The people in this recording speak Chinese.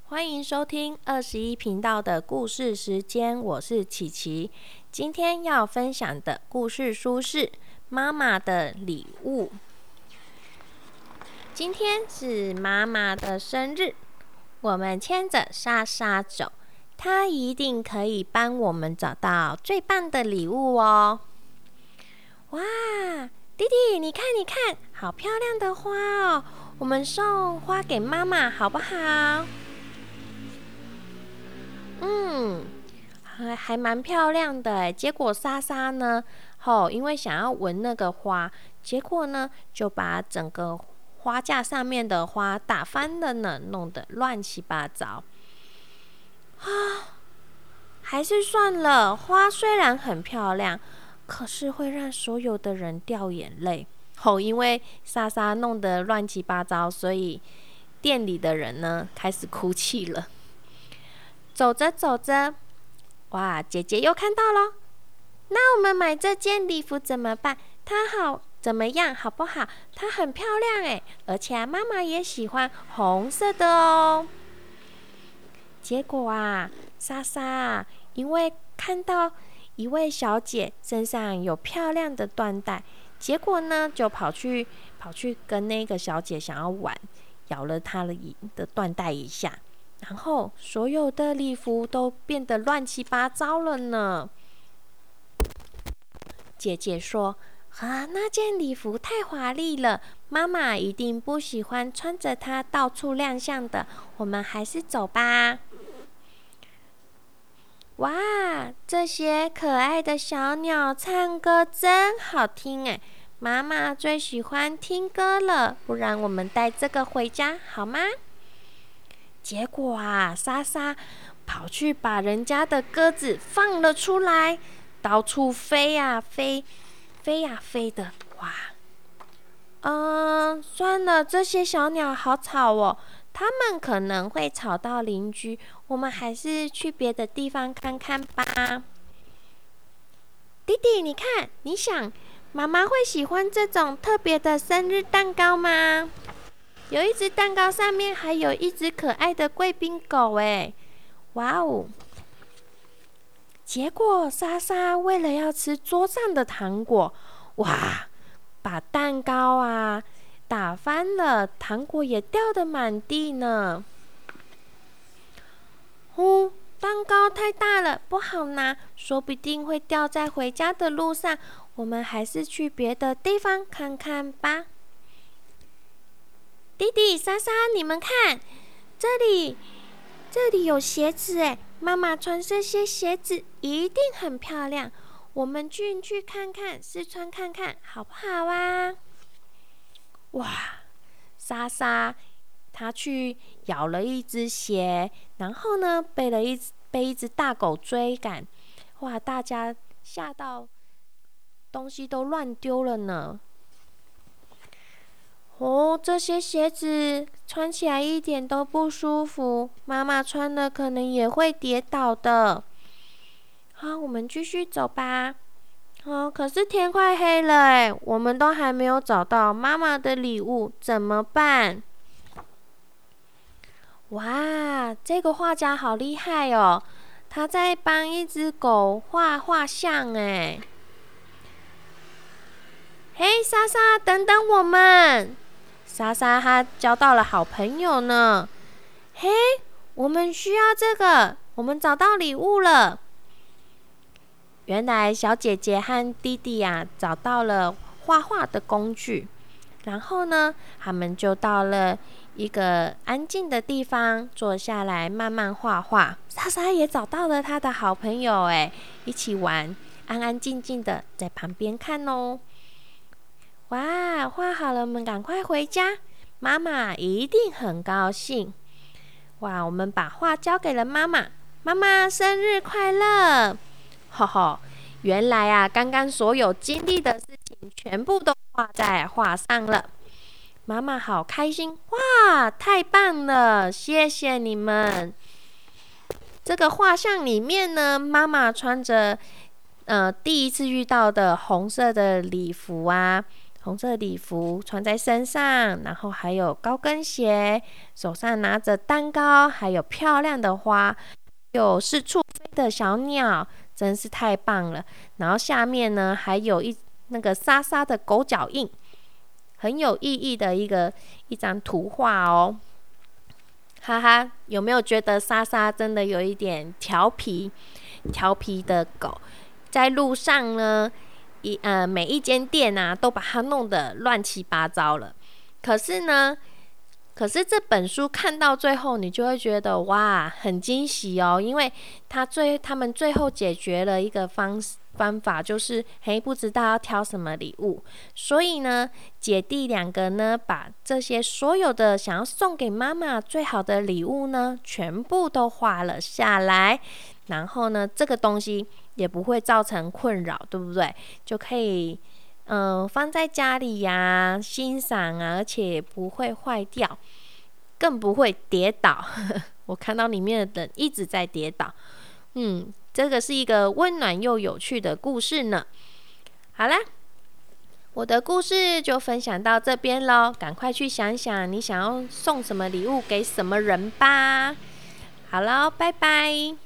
欢迎收听21频道的故事时间，我是琪琪。今天要分享的故事书是《妈妈的礼物》。今天是妈妈的生日，我们牵着莎莎走，她一定可以帮我们找到最棒的礼物哦。哇，弟弟，你看，好漂亮的花哦！我们送花给妈妈好不好？还蛮漂亮的诶。结果莎莎呢，因为想要闻那个花，结果呢就把整个花架上面的花打翻了呢，弄得乱七八糟。还是算了，花虽然很漂亮，可是会让所有的人掉眼泪。因为莎莎弄得乱七八糟，所以店里的人呢开始哭泣了。走着走着，哇，姐姐又看到了。那我们买这件礼服怎么办？它好怎么样？好不好？它很漂亮诶，而且妈妈也喜欢红色的哦。结果啊，莎莎因为看到一位小姐身上有漂亮的缎带，结果呢就跑去跟那个小姐想要玩，咬了她的缎带一下。然后所有的礼服都变得乱七八糟了呢。姐姐说：“那件礼服太华丽了，妈妈一定不喜欢穿着它到处亮相的。我们还是走吧。”哇，这些可爱的小鸟唱歌真好听哎！妈妈最喜欢听歌了，不然我们带这个回家好吗？结果啊，莎莎跑去把人家的鸽子放了出来，到处飞呀飞的。哇，算了，这些小鸟好吵哦，它们可能会吵到邻居，我们还是去别的地方看看吧。弟弟，你看，你想妈妈会喜欢这种特别的生日蛋糕吗？有一只蛋糕上面还有一只可爱的贵宾狗诶，哇哦！结果莎莎为了要吃桌上的糖果，哇，把蛋糕打翻了，糖果也掉得满地呢。蛋糕太大了，不好拿，说不定会掉在回家的路上。我们还是去别的地方看看吧。弟弟、莎莎，你们看，这里有鞋子诶，妈妈穿这些鞋子一定很漂亮。我们进去看看，试穿看看，好不好啊？哇，莎莎她去咬了一只鞋，然后呢被一只大狗追赶。哇，大家吓到东西都乱丢了呢。这些鞋子穿起来一点都不舒服，妈妈穿了可能也会跌倒的。好，我们继续走吧。可是天快黑了诶，我们都还没有找到妈妈的礼物，怎么办？哇，这个画家好厉害哦，他在帮一只狗画画像诶。嘿，莎莎，等等我们！莎莎她交到了好朋友呢。嘿，我们需要这个，我们找到礼物了。原来小姐姐和弟弟找到了画画的工具，然后呢，他们就到了一个安静的地方，坐下来慢慢画画。莎莎也找到了她的好朋友，一起玩，安安静静的在旁边看哦。哇，画好了，我们赶快回家，妈妈一定很高兴。哇，我们把画交给了妈妈，妈妈生日快乐！原来刚刚所有经历的事情全部都画在画上了。妈妈好开心，哇，太棒了，谢谢你们。这个画像里面呢，妈妈穿着第一次遇到的红色的礼服红色礼服穿在身上，然后还有高跟鞋，手上拿着蛋糕，还有漂亮的花，有四处飞的小鸟，真是太棒了。然后下面呢还有那个莎莎的狗脚印，很有意义的一张图画哦。哈哈，有没有觉得莎莎真的有一点调皮的狗？在路上呢，每一间店啊，都把它弄得乱七八糟了。可是这本书看到最后，你就会觉得哇，很惊喜哦，因为他们最后解决了一个方法，就是不知道要挑什么礼物，所以呢，姐弟两个呢，把这些所有的想要送给妈妈最好的礼物呢，全部都画了下来，然后呢，这个东西也不会造成困扰，对不对？就可以放在家里呀，欣赏啊，而且也不会坏掉，更不会跌倒。我看到里面的人一直在跌倒。这个是一个温暖又有趣的故事呢。好啦，我的故事就分享到这边咯，赶快去想想你想要送什么礼物给什么人吧。好咯，拜拜。